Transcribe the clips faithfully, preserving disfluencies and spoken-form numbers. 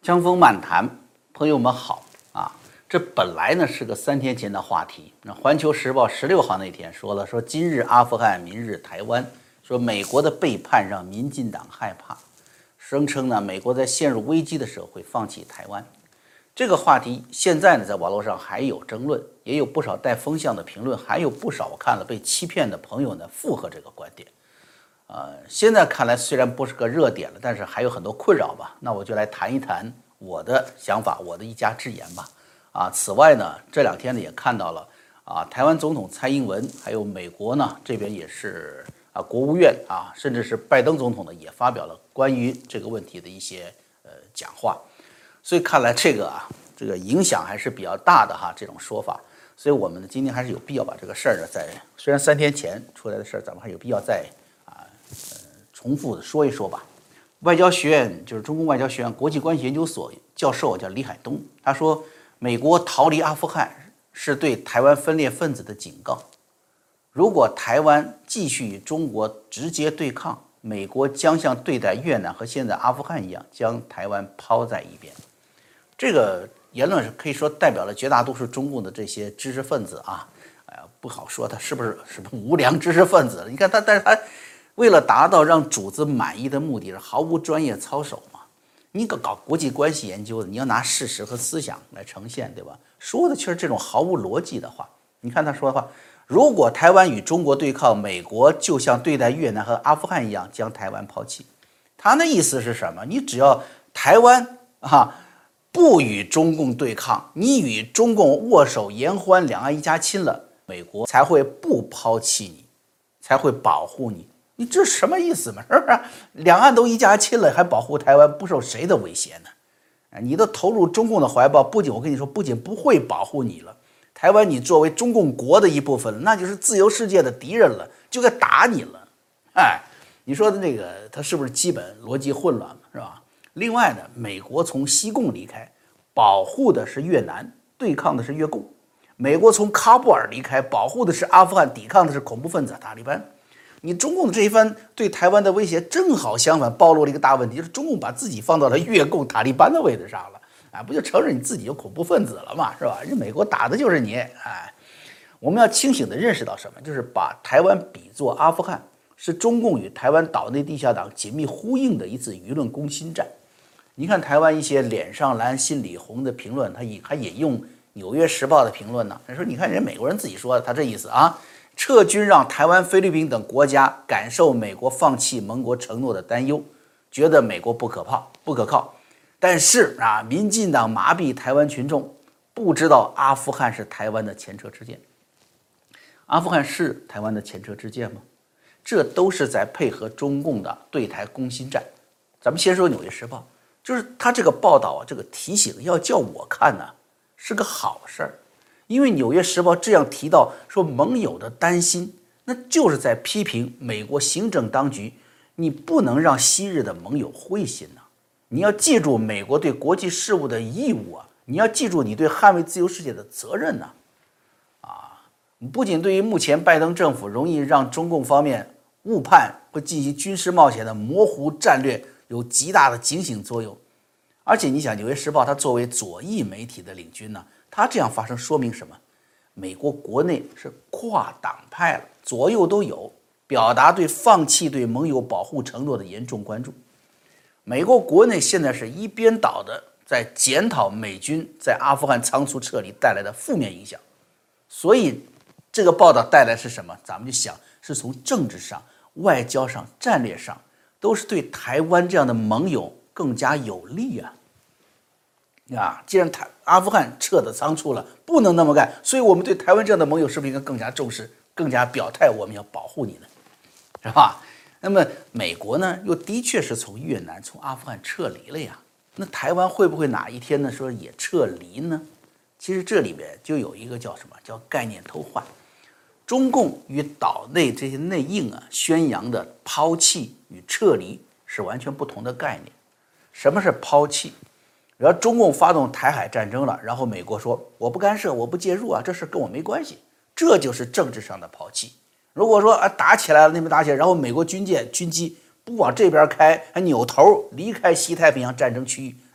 江峰漫谈，朋友们好啊！这本来呢是个三天前的话题。那《环球时报》十六号那天说了，说今日阿富汗，明日台湾，说美国的背叛让民进党害怕，声称呢美国在陷入危机的时候会放弃台湾。这个话题现在呢在网络上还有争论，也有不少带风向的评论，还有不少我看了被欺骗的朋友呢附和这个观点。呃，现在看来虽然不是个热点了，但是还有很多困扰吧。那我就来谈一谈我的想法，我的一家之言吧。啊，此外呢，这两天呢也看到了啊，台湾总统蔡英文，还有美国呢这边也是啊，国务院啊，甚至是拜登总统呢也发表了关于这个问题的一些呃讲话。所以看来这个啊，这个影响还是比较大的哈，这种说法。所以我们呢今天还是有必要把这个事儿呢，在虽然三天前出来的事儿，咱们还有必要再。重复的说一说吧。外交学院就是中共外交学院国际关系研究所教授叫李海东，他说，美国逃离阿富汗是对台湾分裂分子的警告。如果台湾继续与中国直接对抗，美国将像对待越南和现在阿富汗一样，将台湾抛在一边。这个言论是可以说代表了绝大多数中共的这些知识分子啊，哎呀，不好说他是不是什么无良知识分子。你看他，但是他。为了达到让主子满意的目的，是毫无专业操守嘛？你搞搞国际关系研究的，你要拿事实和思想来呈现，对吧？说的却是这种毫无逻辑的话。你看他说的话，如果台湾与中国对抗，美国就像对待越南和阿富汗一样，将台湾抛弃。他的意思是什么？你只要台湾啊不与中共对抗，你与中共握手言欢，两岸一家亲了，美国才会不抛弃你，才会保护你。你这什么意思嘛？是不是？两岸都一家亲了，还保护台湾不受谁的威胁呢？啊，你都投入中共的怀抱，不仅我跟你说，不仅不会保护你了，台湾你作为中共国的一部分，那就是自由世界的敌人了，就该打你了。哎，你说的这个，他是不是基本逻辑混乱了，是吧？另外呢，美国从西贡离开，保护的是越南，对抗的是越共；美国从喀布尔离开，保护的是阿富汗，抵抗的是恐怖分子塔利班。你中共的这一番对台湾的威胁，正好相反，暴露了一个大问题，就是中共把自己放到了越共塔利班的位置上了，啊，不就承认你自己有恐怖分子了嘛，是吧？人美国打的就是你，哎，我们要清醒地认识到什么？就是把台湾比作阿富汗，是中共与台湾岛内地下党紧密呼应的一次舆论攻心战。你看台湾一些脸上蓝心里红的评论，他也还引用《纽约时报》的评论呢，他说你看人美国人自己说的，他这意思啊。撤军让台湾、菲律宾等国家感受美国放弃盟国承诺的担忧，觉得美国不可靠、不可靠。但是啊，民进党麻痹台湾群众，不知道阿富汗是台湾的前车之鉴。阿富汗是台湾的前车之鉴吗？这都是在配合中共的对台攻心战。咱们先说《纽约时报》，就是他这个报道啊，这个提醒要叫我看呢、啊，是个好事儿。因为《纽约时报》这样提到说盟友的担心，那就是在批评美国行政当局，你不能让昔日的盟友灰心呐、啊！你要记住美国对国际事务的义务啊！你要记住你对捍卫自由世界的责任呐、啊！啊，不仅对于目前拜登政府容易让中共方面误判或进行军事冒险的模糊战略有极大的警醒作用，而且你想，《纽约时报》它作为左翼媒体的领军呢、啊。他这样发生说明什么？美国国内是跨党派了，左右都有，表达对放弃对盟友保护承诺的严重关注。美国国内现在是一边倒的在检讨美军在阿富汗仓促撤离带来的负面影响，所以这个报道带来是什么？咱们就想是从政治上、外交上、战略上，都是对台湾这样的盟友更加有利啊。啊，既然台阿富汗撤得仓促了，不能那么干，所以我们对台湾这样的盟友是不是应该更加重视，更加表态，我们要保护你呢，是吧？那么美国呢，又的确是从越南、从阿富汗撤离了呀。那台湾会不会哪一天呢说也撤离呢？其实这里边就有一个叫什么叫概念偷换。中共与岛内这些内应啊宣扬的抛弃与撤离是完全不同的概念。什么是抛弃？然后中共发动台海战争了，然后美国说我不干涉，我不介入啊，这事跟我没关系，这就是政治上的抛弃。如果说啊打起来了，那边打起来，然后美国军舰军机不往这边开，还扭头离开西太平洋战争区域，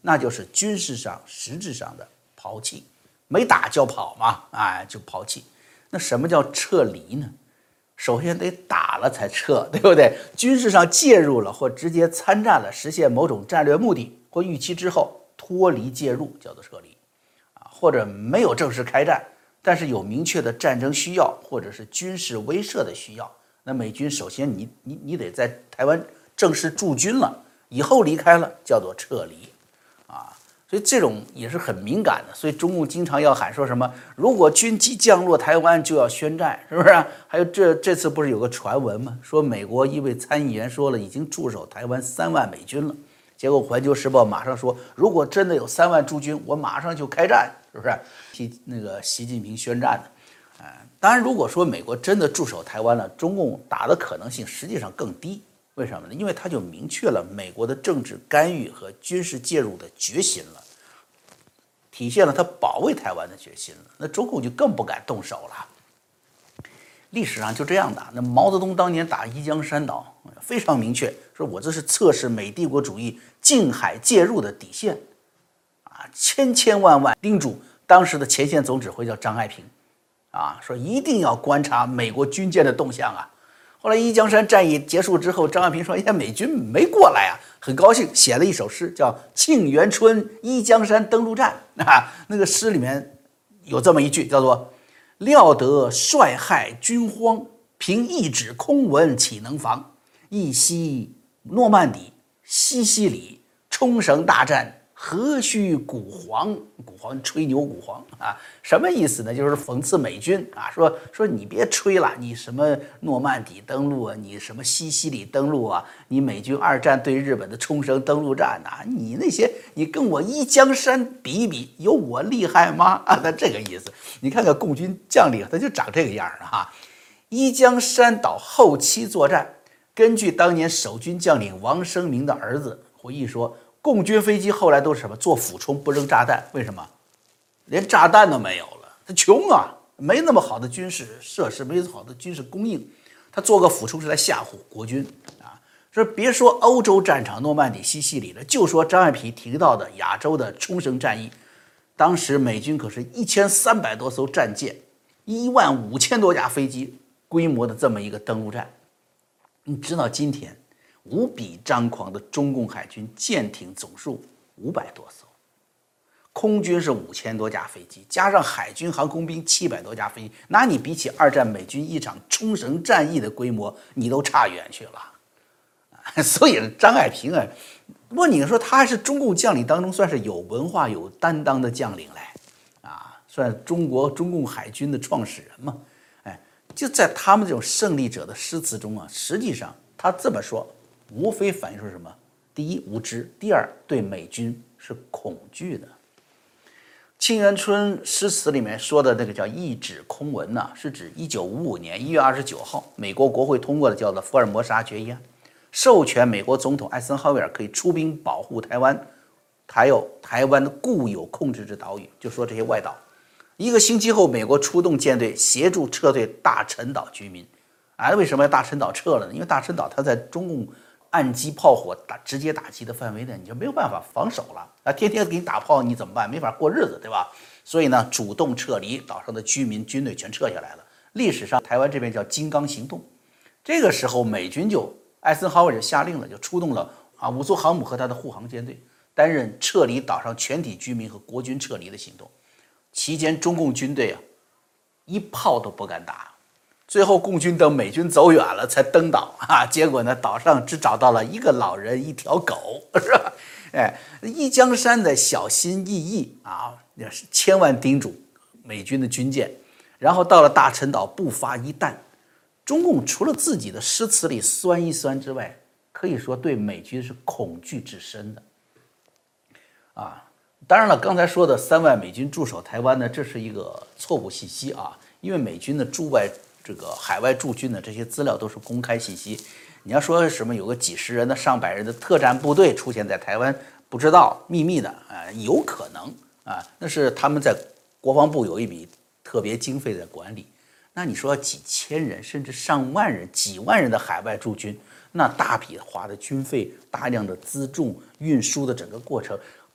那就是军事上实质上的抛弃，没打就跑嘛，哎，就抛弃。那什么叫撤离呢？首先得打了才撤，对不对？军事上介入了或直接参战了，实现某种战略目的或预期之后脱离介入，叫做撤离啊。或者没有正式开战，但是有明确的战争需要或者是军事威慑的需要，那美军首先你你你得在台湾正式驻军了，以后离开了叫做撤离啊。所以这种也是很敏感的，所以中共经常要喊说什么，如果军机降落台湾就要宣战，是不是啊？还有这这次不是有个传闻吗？说美国一位参议员说了，已经驻守台湾三万美军了。结果《环球时报》马上说，如果真的有三万驻军，我马上就开战，是不是？替那个习近平宣战的。啊，当然，如果说美国真的驻守台湾了，中共打的可能性实际上更低。为什么呢？因为他就明确了美国的政治干预和军事介入的决心了，体现了他保卫台湾的决心了。那中共就更不敢动手了。历史上就这样打。那毛泽东当年打宜江山岛，非常明确，说我这是测试美帝国主义近海介入的底线，啊，千千万万叮嘱当时的前线总指挥叫张爱萍，啊，说一定要观察美国军舰的动向啊。后来宜江山战役结束之后，张爱萍说：“哎呀，美军没过来啊，很高兴，写了一首诗，叫《庆元春宜江山登陆战》啊。那个诗里面有这么一句，叫做‘料得帅害军荒，凭一纸空文岂能防？一夕诺曼底，西西里，冲绳大战。’何须鼓簧，鼓簧吹牛鼓簧啊，什么意思呢？就是讽刺美军啊，说说你别吹了，你什么诺曼底登陆啊，你什么西西里登陆啊，你美军二战对日本的冲绳登陆战呐、啊，你那些你跟我一江山比一比，有我厉害吗？啊，他这个意思。你看看共军将领，他就长这个样啊哈。一江山岛后期作战，根据当年守军将领王生明的儿子回忆说。共军飞机后来都是什么？做俯冲不扔炸弹，为什么？连炸弹都没有了，他穷啊，没那么好的军事设施，没那么好的军事供应，他做个俯冲是来吓唬国军啊。说别说欧洲战场诺曼底、西西里了，就说张爱萍提到的亚洲的冲绳战役，当时美军可是一千三百多艘战舰，一万五千多架飞机规模的这么一个登陆战，你知道今天？无比张狂的中共海军舰艇总数五百多艘，空军是五千多架飞机，加上海军航空兵七百多架飞机，拿你比起二战美军一场冲绳战役的规模，你都差远去了。所以张爱萍啊，不过你说他还是中共将领当中算是有文化、有担当的将领嘞，啊，算中国中共海军的创始人嘛。哎，就在他们这种胜利者的诗词中啊，实际上他这么说。无非反映出什么？第一，无知；第二，对美军是恐惧的。沁园春诗词里面说的那个叫一纸空文呢、啊，是指一九五五年一月二十九号，美国国会通过的叫做福尔摩沙决议案，授权美国总统艾森豪威尔可以出兵保护台湾，还有台湾的固有控制之岛屿，就说这些外岛。一个星期后，美国出动舰队协助撤退大陈岛居民。啊，为什么要大陈岛撤了呢？因为大陈岛它在中共岸基炮火打直接打击的范围内，你就没有办法防守了啊！天天给你打炮，你怎么办？没法过日子，对吧？所以呢，主动撤离，岛上的居民、军队全撤下来了。历史上，台湾这边叫“金刚行动”。这个时候，美军就艾森豪威尔下令了，就出动了啊五艘航母和他的护航舰队，担任撤离岛上全体居民和国军撤离的行动。期间，中共军队啊，一炮都不敢打。最后，共军等美军走远了才登岛啊！结果呢，岛上只找到了一个老人、一条狗，是吧？哎，一江山的小心翼翼啊，也是千万叮嘱美军的军舰，然后到了大陈岛不发一弹。中共除了自己的诗词里酸一酸之外，可以说对美军是恐惧至深的啊。当然了，刚才说的三万美军驻守台湾呢，这是一个错误信息啊，因为美军的驻外。这个海外驻军的这些资料都是公开信息，你要说什么有个几十人的、上百人的特战部队出现在台湾，不知道秘密的啊、呃，有可能啊，那是他们在国防部有一笔特别经费在管理。那你说几千人甚至上万人、几万人的海外驻军，那大笔花的军费、大量的辎重运输的整个过程，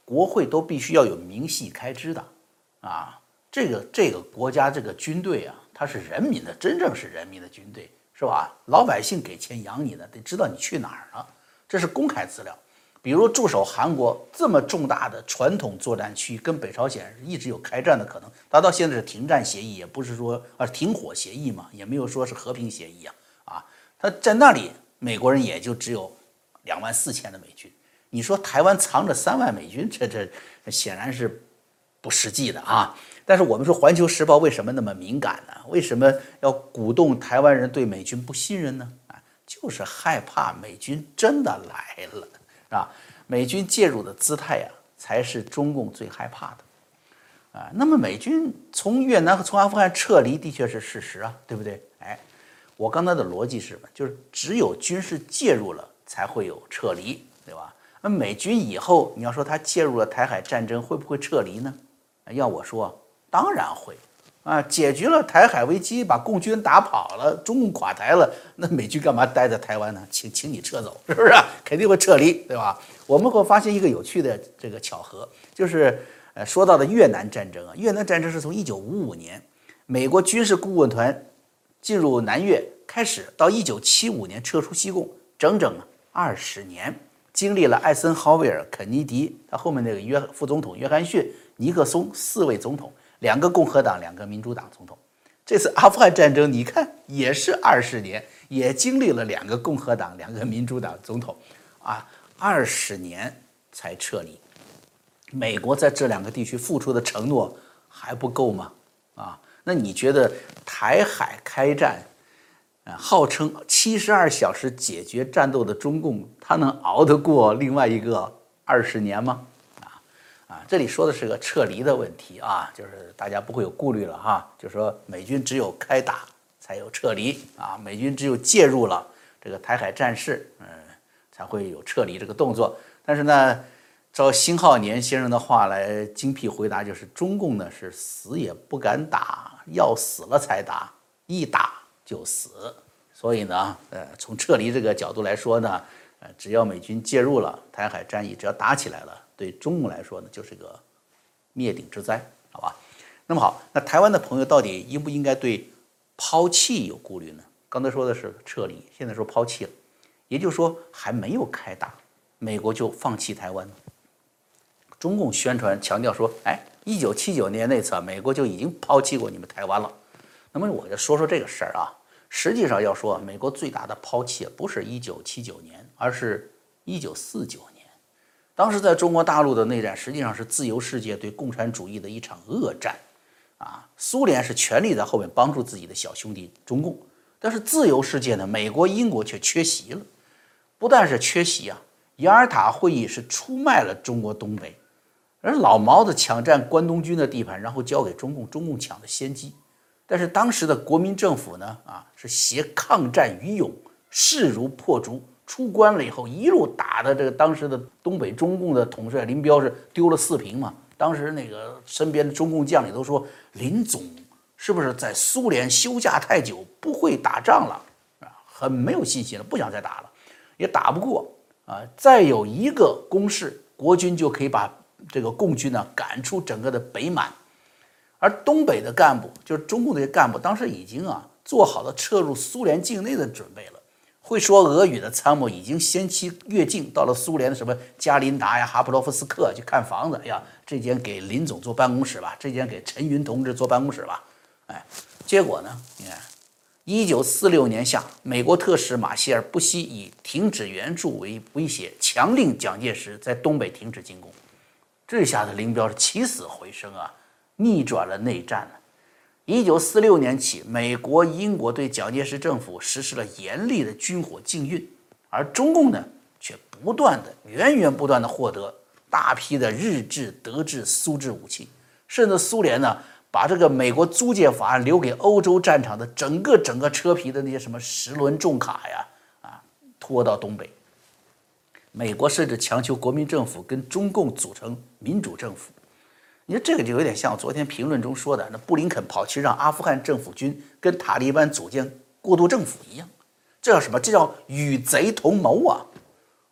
国会都必须要有明细开支的啊。这个这个国家这个军队啊，它是人民的，真正是人民的军队，是吧？老百姓给钱养你的，得知道你去哪儿了，这是公开资料。比如驻守韩国这么重大的传统作战区，跟北朝鲜一直有开战的可能，达到现在是停战协议，也不是说啊停火协议嘛，也没有说是和平协议啊啊，他在那里美国人也就只有两万四千的美军，你说台湾藏着三万美军，这这显然是不实际的啊。但是我们说《环球时报》为什么那么敏感呢？为什么要鼓动台湾人对美军不信任呢？啊，就是害怕美军真的来了。啊，美军介入的姿态呀、啊，才是中共最害怕的，啊，那么美军从越南和从阿富汗撤离的确是事实啊，对不对？哎，我刚才的逻辑是什么？就是只有军事介入了，才会有撤离，对吧？那美军以后你要说他介入了台海战争，会不会撤离呢？要我说，当然会。啊，解决了台海危机，把共军打跑了，中共垮台了，那美军干嘛待在台湾呢？请请你撤走，是不是、啊？肯定会撤离，对吧？我们会发现一个有趣的这个巧合，就是呃，说到的越南战争啊，越南战争是从一九五五年美国军事顾问团进入南越开始，到一九七五年撤出西贡，整整二十年，经历了艾森豪威尔、肯尼迪，他后面那个约副总统约翰逊、尼克松四位总统。两个共和党，两个民主党总统。这次阿富汗战争，你看也是二十年，也经历了两个共和党，两个民主党总统，啊，二十年才撤离。美国在这两个地区付出的承诺还不够吗？啊，那你觉得台海开战，啊，号称七十二小时解决战斗的中共，他能熬得过另外一个二十年吗？啊，这里说的是个撤离的问题啊，就是大家不会有顾虑了哈，就是说美军只有开打才有撤离啊，美军只有介入了这个台海战事，嗯，才会有撤离这个动作。但是呢，照辛浩年先生的话来精辟回答，就是中共呢是死也不敢打，要死了才打，一打就死。所以呢，呃，从撤离这个角度来说呢，呃，只要美军介入了台海战役，只要打起来了。对中共来说呢，就是个灭顶之灾，好吧？那么好，那台湾的朋友到底应不应该对抛弃有顾虑呢？刚才说的是撤离，现在说抛弃了，也就是说还没有开打，美国就放弃台湾了。中共宣传强调说，哎，一九七九年那次美国就已经抛弃过你们台湾了。那么我就说说这个事儿啊，实际上要说，美国最大的抛弃不是一九七九年，而是一九四九年。当时在中国大陆的内战实际上是自由世界对共产主义的一场恶战，啊，苏联是全力在后面帮助自己的小兄弟中共，但是自由世界呢，美国、英国却缺席了，不但是缺席啊，雅尔塔会议是出卖了中国东北，而老毛子抢占关东军的地盘，然后交给中共，中共抢的先机，但是当时的国民政府呢，啊，是携抗战于勇，势如破竹。出关了以后，一路打的这个当时的东北中共的统帅林彪是丢了四平嘛。当时那个身边的中共将领都说，林总是不是在苏联休假太久，不会打仗了啊？很没有信心了，不想再打了，也打不过啊。再有一个攻势，国军就可以把这个共军呢赶出整个的北满，而东北的干部，就是中共的干部，当时已经啊做好了撤入苏联境内的准备了。会说俄语的参谋已经先期越境到了苏联的什么加林达呀、哈布洛夫斯克去看房子，哎呀，这间给林总做办公室吧，这间给陈云同志做办公室吧，哎，结果呢，你看，一九四六年夏，美国特使马歇尔不惜以停止援助为威胁，强令蒋介石在东北停止进攻。这下子林彪是起死回生啊，逆转了内战了。一九四六年起，美国、英国对蒋介石政府实施了严厉的军火禁运，而中共呢，却不断的、源源不断的获得大批的日制、德制、苏制武器，甚至苏联呢，把这个美国租借法案留给欧洲战场的整个整个车皮的那些什么十轮重卡呀，啊，拖到东北。美国甚至强求国民政府跟中共组成民主政府。你说这个就有点像我昨天评论中说的，那布林肯跑去让阿富汗政府军跟塔利班组建过渡政府一样，这叫什么？这叫与贼同谋啊！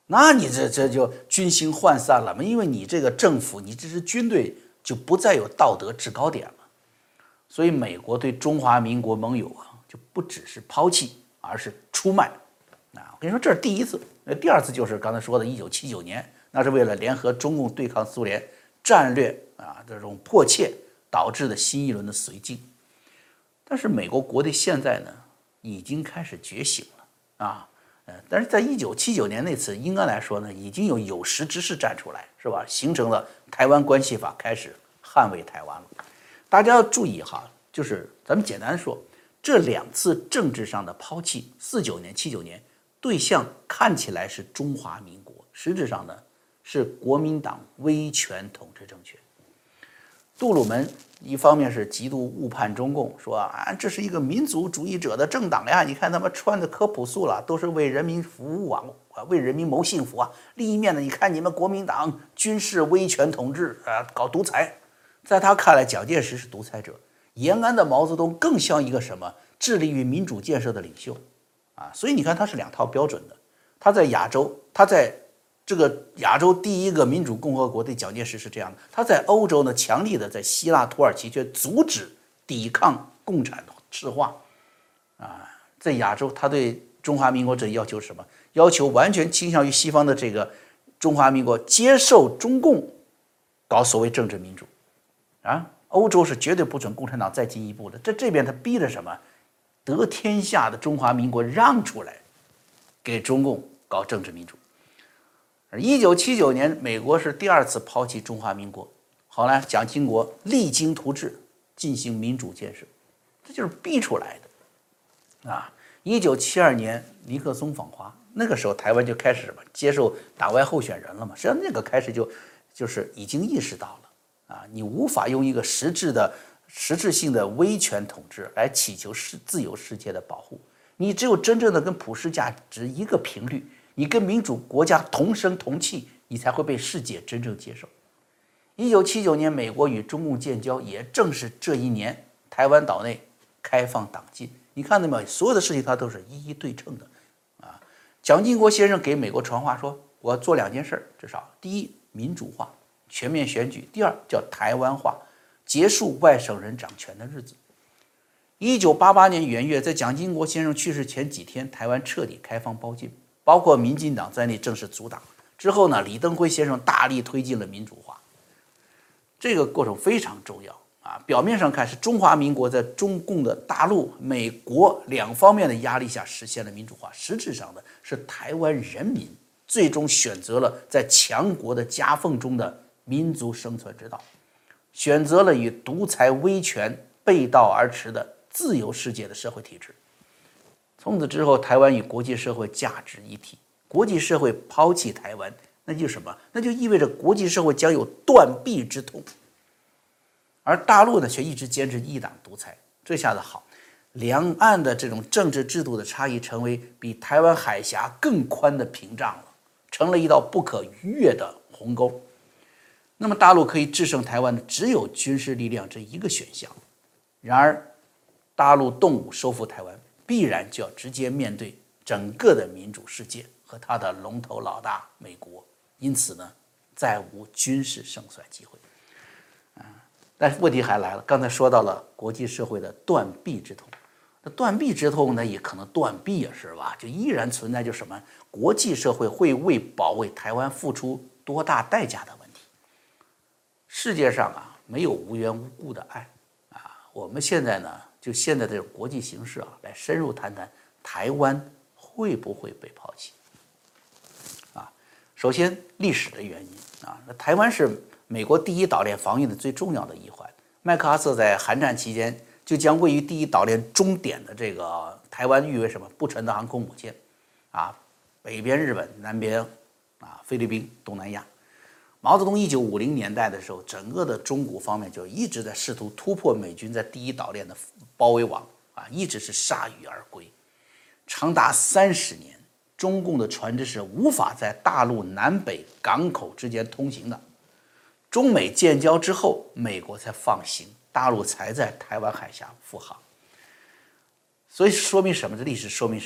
那你这这就军心涣散了嘛，因为你这个政府，你这支军队就不再有道德制高点了。所以美国对中华民国盟友啊，就不只是抛弃，而是出卖。啊，我跟你说，这是第一次。那第二次就是刚才说的一九七九年，那是为了联合中共对抗苏联战略啊这种迫切导致的新一轮的绥靖。但是美国国内现在呢，已经开始觉醒了啊。呃，但是在一九七九年那次，应该来说呢，已经有有识之士站出来，是吧？形成了《台湾关系法》，开始捍卫台湾了。大家要注意哈，就是咱们简单说，这两次政治上的抛弃，四九年、七九年，对象看起来是中华民国，实质上呢是国民党威权统治政权。杜鲁门一方面是极度误判中共，说啊这是一个民族主义者的政党呀，你看他们穿的可朴素了，都是为人民服务啊，为人民谋幸福啊。另一面呢，你看你们国民党军事威权统治啊，搞独裁。在他看来，蒋介石是独裁者，延安的毛泽东更像一个什么致力于民主建设的领袖啊。所以你看，他是两套标准的。他在亚洲，他在这个亚洲第一个民主共和国对蒋介石是这样的，他在欧洲呢，强力的在希腊、土耳其却阻止抵抗共产赤化啊。在亚洲，他对中华民国这要求是什么？要求完全倾向于西方的这个中华民国接受中共搞所谓政治民主啊。欧洲是绝对不准共产党再进一步的。这这边他逼着什么？得天下的中华民国让出来，给中共搞政治民主。一九七九年，美国是第二次抛弃中华民国，好了，蒋经国励精图治，进行民主建设，这就是逼出来的啊。一九七二年，尼克松访华，那个时候台湾就开始什么接受党外候选人了嘛，实际上那个开始就就是已经意识到了啊，你无法用一个实质的实质性的威权统治来祈求世自由世界的保护，你只有真正的跟普世价值一个频率，你跟民主国家同声同气，你才会被世界真正接受。一九七九年，美国与中共建交，也正是这一年，台湾岛内开放党禁。你看到没有？所有的事情它都是一一对称的啊。蒋经国先生给美国传话说：“我要做两件事，至少第一，民主化，全面选举；第二，叫台湾化，结束外省人掌权的日子。”一九八八年元月，在蒋经国先生去世前几天，台湾彻底开放包禁，包括民进党在内正式阻挡。之后呢，李登辉先生大力推进了民主化，这个过程非常重要啊。表面上看是中华民国在中共的大陆、美国两方面的压力下实现了民主化，实质上的是台湾人民最终选择了在强国的夹缝中的民族生存之道，选择了与独裁威权背道而驰的自由世界的社会体制。从此之后，台湾与国际社会价值一体，国际社会抛弃台湾，那就是什么？那就意味着国际社会将有断臂之痛。而大陆呢，却一直坚持一党独裁，这下子好，两岸的这种政治制度的差异成为比台湾海峡更宽的屏障了，成了一道不可逾越的鸿沟。那么大陆可以制胜台湾的只有军事力量这一个选项。然而，大陆动武收复台湾，必然就要直接面对整个的民主世界和他的龙头老大美国，因此呢，再无军事胜算机会。啊，但是问题还来了，刚才说到了国际社会的断臂之痛，那断臂之痛呢，也可能断臂啊，是吧？就依然存在就什么，国际社会会为保卫台湾付出多大代价的问题。世界上啊，没有无缘无故的爱啊。我们现在呢，就现在这种国际形势啊，来深入谈谈台湾会不会被抛弃啊？首先，历史的原因啊，那台湾是美国第一岛链防御的最重要的一环。麦克阿瑟在韩战期间就将位于第一岛链终点的这个台湾誉为什么？不沉的航空母舰啊，北边日本，南边啊菲律宾，东南亚。毛泽东一九五零年代的时候，整个的中国方面就一直在试图突破美军在第一岛链的包围网啊，一直是铩羽而归。长达三十年，中共的船只是无法在大陆南北港口之间通行的。中美建交之后，美国才放行，大陆才在台湾海峡复航。所以说明什么？这历史说明什么？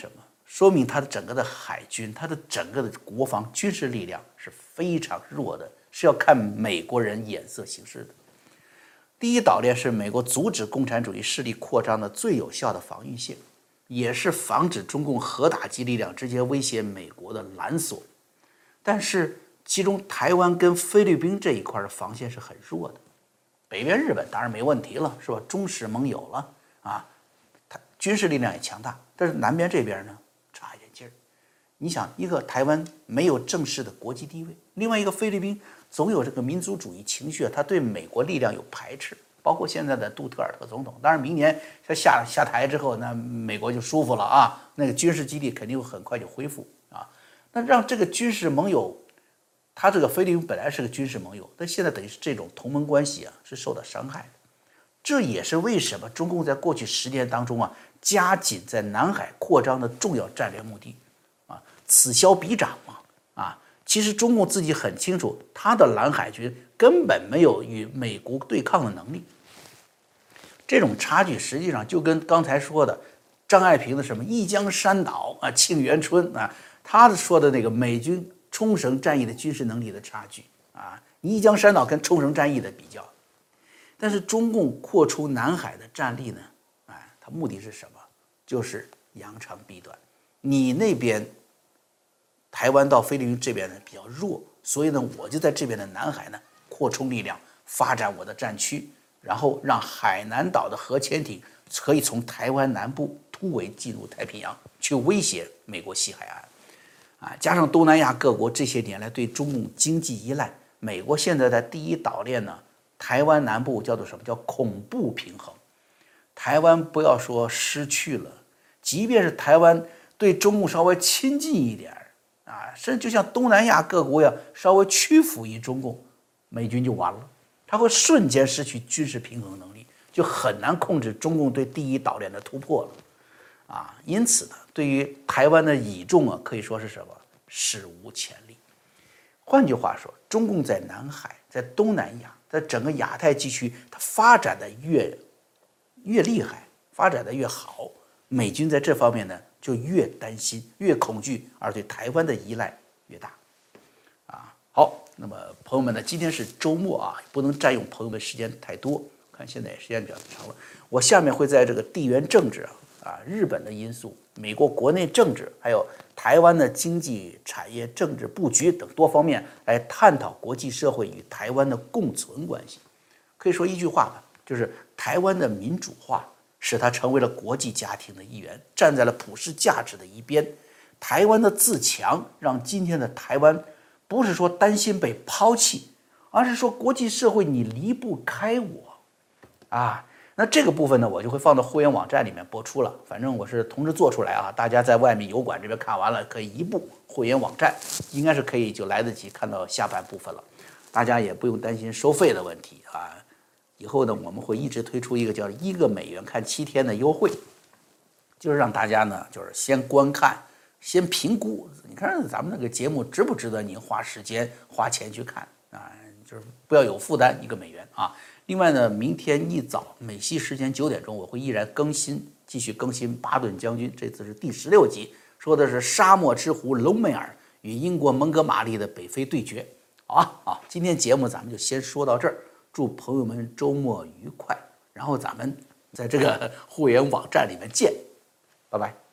说明它的整个的海军，它的整个的国防军事力量是非常弱的，是要看美国人眼色行事的。第一岛链是美国阻止共产主义势力扩张的最有效的防御线，也是防止中共核打击力量直接威胁美国的缆索。但是其中台湾跟菲律宾这一块的防线是很弱的，北边日本当然没问题了，是吧？忠实盟友了啊，它军事力量也强大。但是南边这边呢，差一点劲儿。你想，一个台湾没有正式的国际地位，另外一个菲律宾总有这个民族主义情绪，他对美国力量有排斥，包括现在的杜特尔特总统。当然，明年他下下台之后，那美国就舒服了啊，那个军事基地肯定很快就恢复啊。那让这个军事盟友，他这个菲律宾本来是个军事盟友，但现在等于是这种同盟关系啊是受到伤害的。这也是为什么中共在过去十年当中啊，加紧在南海扩张的重要战略目的啊，此消彼长嘛啊。其实中共自己很清楚，他的蓝海军根本没有与美国对抗的能力。这种差距实际上就跟刚才说的张爱萍的什么一江山岛啊、沁园春啊，他说的那个美军冲绳战役的军事能力的差距啊，一江山岛跟冲绳战役的比较。但是中共扩出南海的战力呢，哎，它目的是什么？就是扬长避短。你那边台湾到菲律宾这边呢比较弱，所以呢，我就在这边的南海呢扩充力量，发展我的战区，然后让海南岛的核潜艇可以从台湾南部突围进入太平洋，去威胁美国西海岸。啊，加上东南亚各国这些年来对中共经济依赖，美国现在在第一岛链呢，台湾南部叫做什么？叫恐怖平衡。台湾不要说失去了，即便是台湾对中共稍微亲近一点啊，甚至就像东南亚各国呀，稍微屈服于中共，美军就完了，它会瞬间失去军事平衡能力，就很难控制中共对第一岛链的突破了。啊，因此呢，对于台湾的倚重啊，可以说是什么？史无前例。换句话说，中共在南海、在东南亚、在整个亚太地区，它发展的越越厉害，发展的越好，美军在这方面呢就越担心、越恐惧，而对台湾的依赖越大。啊，好，那么朋友们呢，今天是周末啊，不能占用朋友们时间太多，看现在时间比较长了，我下面会在这个地缘政治啊。啊，日本的因素、美国国内政治，还有台湾的经济、产业、政治布局等多方面来探讨国际社会与台湾的共存关系。可以说一句话吧，就是台湾的民主化使它成为了国际家庭的一员，站在了普世价值的一边。台湾的自强让今天的台湾不是说担心被抛弃，而是说国际社会你离不开我啊。那这个部分呢，我就会放到会员网站里面播出了。反正我是同时做出来啊，大家在外面油管这边看完了，可以一步会员网站，应该是可以就来得及看到下半部分了。大家也不用担心收费的问题啊。以后呢，我们会一直推出一个叫一个美元看七天的优惠，就是让大家呢，就是先观看，先评估，你看咱们那个节目值不值得您花时间花钱去看啊？就是不要有负担，一个美元啊。另外呢，明天一早美西时间九点钟，我会依然更新，继续更新巴顿将军，这次是第十六集，说的是沙漠之狐隆美尔与英国蒙哥马利的北非对决。好啊，好，今天节目咱们就先说到这儿，祝朋友们周末愉快，然后咱们在这个会员网站里面见，拜拜。